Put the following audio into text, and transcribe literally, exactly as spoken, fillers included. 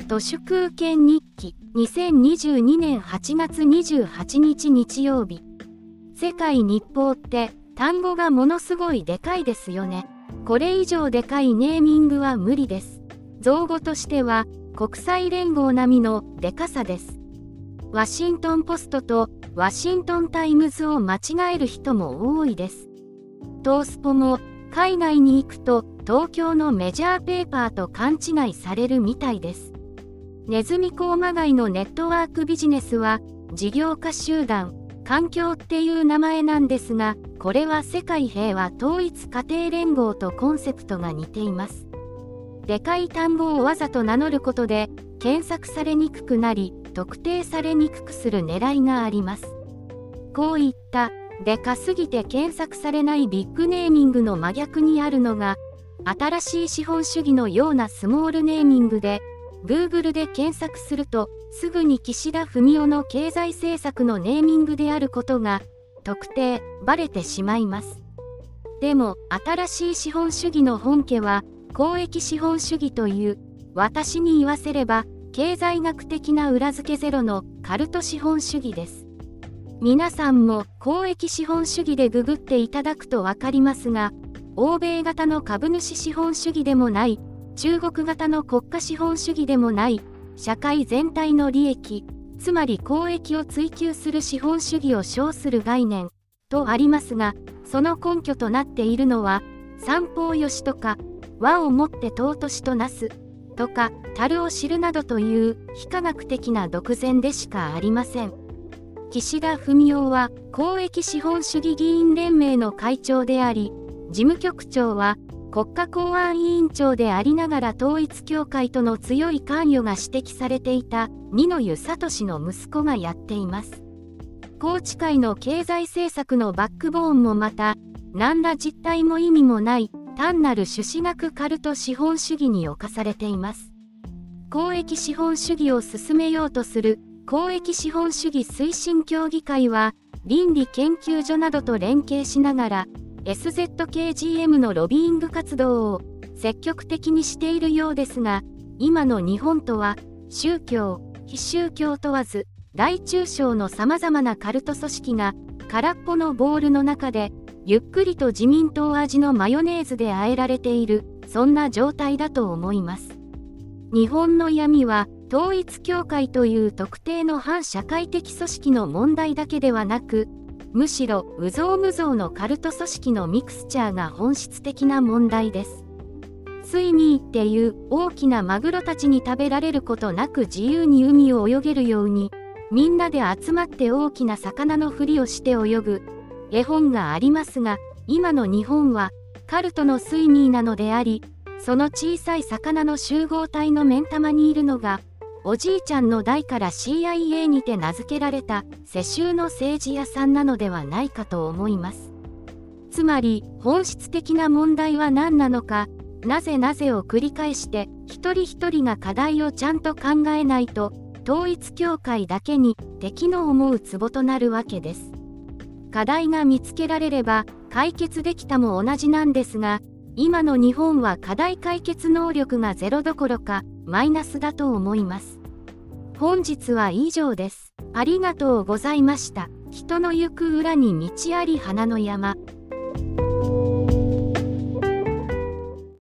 都市空権日記にせんにじゅうにねんはちがつにじゅうはちにち日曜日。世界日報って単語がものすごいでかいですよね。これ以上でかいネーミングは無理です。造語としては国際連合並みのでかさです。ワシントンポストとワシントンタイムズを間違える人も多いです。トースポも海外に行くと東京のメジャーペーパーと勘違いされるみたいです。ネズミ講まがいのネットワークビジネスは事業家集団環境っていう名前なんですが、これは世界平和統一家庭連合とコンセプトが似ています。でかい単語をわざと名乗ることで検索されにくくなり特定されにくくする狙いがあります。こういったでかすぎて検索されないビッグネーミングの真逆にあるのが新しい資本主義のようなスモールネーミングで、Google で検索するとすぐに岸田文雄の経済政策のネーミングであることが特定バレてしまいます。でも新しい資本主義の本家は公益資本主義という、私に言わせれば経済学的な裏付けゼロのカルト資本主義です。皆さんも公益資本主義でググっていただくと分かりますが、欧米型の株主資本主義でもない、中国型の国家資本主義でもない、社会全体の利益、つまり公益を追求する資本主義を称する概念とありますが、その根拠となっているのは三方よしとか和をもって尊しとなすとか樽を知るなどという非科学的な独善でしかありません。岸田文雄は公益資本主義議員連盟の会長であり、事務局長は国家公安委員長でありながら統一教会との強い関与が指摘されていた二之湯智の息子がやっています。宏池会の経済政策のバックボーンもまた何ら実態も意味もない単なる朱子学カルト資本主義に侵されています。公益資本主義を進めようとする公益資本主義推進協議会は倫理研究所などと連携しながらエスゼットケージーエム のロビーイング活動を積極的にしているようですが、今の日本とは宗教、非宗教問わず大中小のさまざまなカルト組織が空っぽのボールの中でゆっくりと自民党味のマヨネーズで和えられている、そんな状態だと思います。日本の闇は統一教会という特定の反社会的組織の問題だけではなく、むしろ有象無象のカルト組織のミクスチャーが本質的な問題です。スイミーっていう大きなマグロたちに食べられることなく自由に海を泳げるように、みんなで集まって大きな魚のふりをして泳ぐ絵本がありますが、今の日本はカルトのスイミーなのであり、その小さい魚の集合体の目ん玉にいるのがおじいちゃんの代から シーアイエー にて名付けられた世襲の政治屋さんなのではないかと思います。つまり本質的な問題は何なのか、なぜなぜを繰り返して一人一人が課題をちゃんと考えないと統一教会だけに敵の思うツボとなるわけです。課題が見つけられれば解決できたも同じなんですが、今の日本は課題解決能力がゼロどころかマイナスだと思います。本日は以上です。ありがとうございました。人の行く裏に道あり花の山。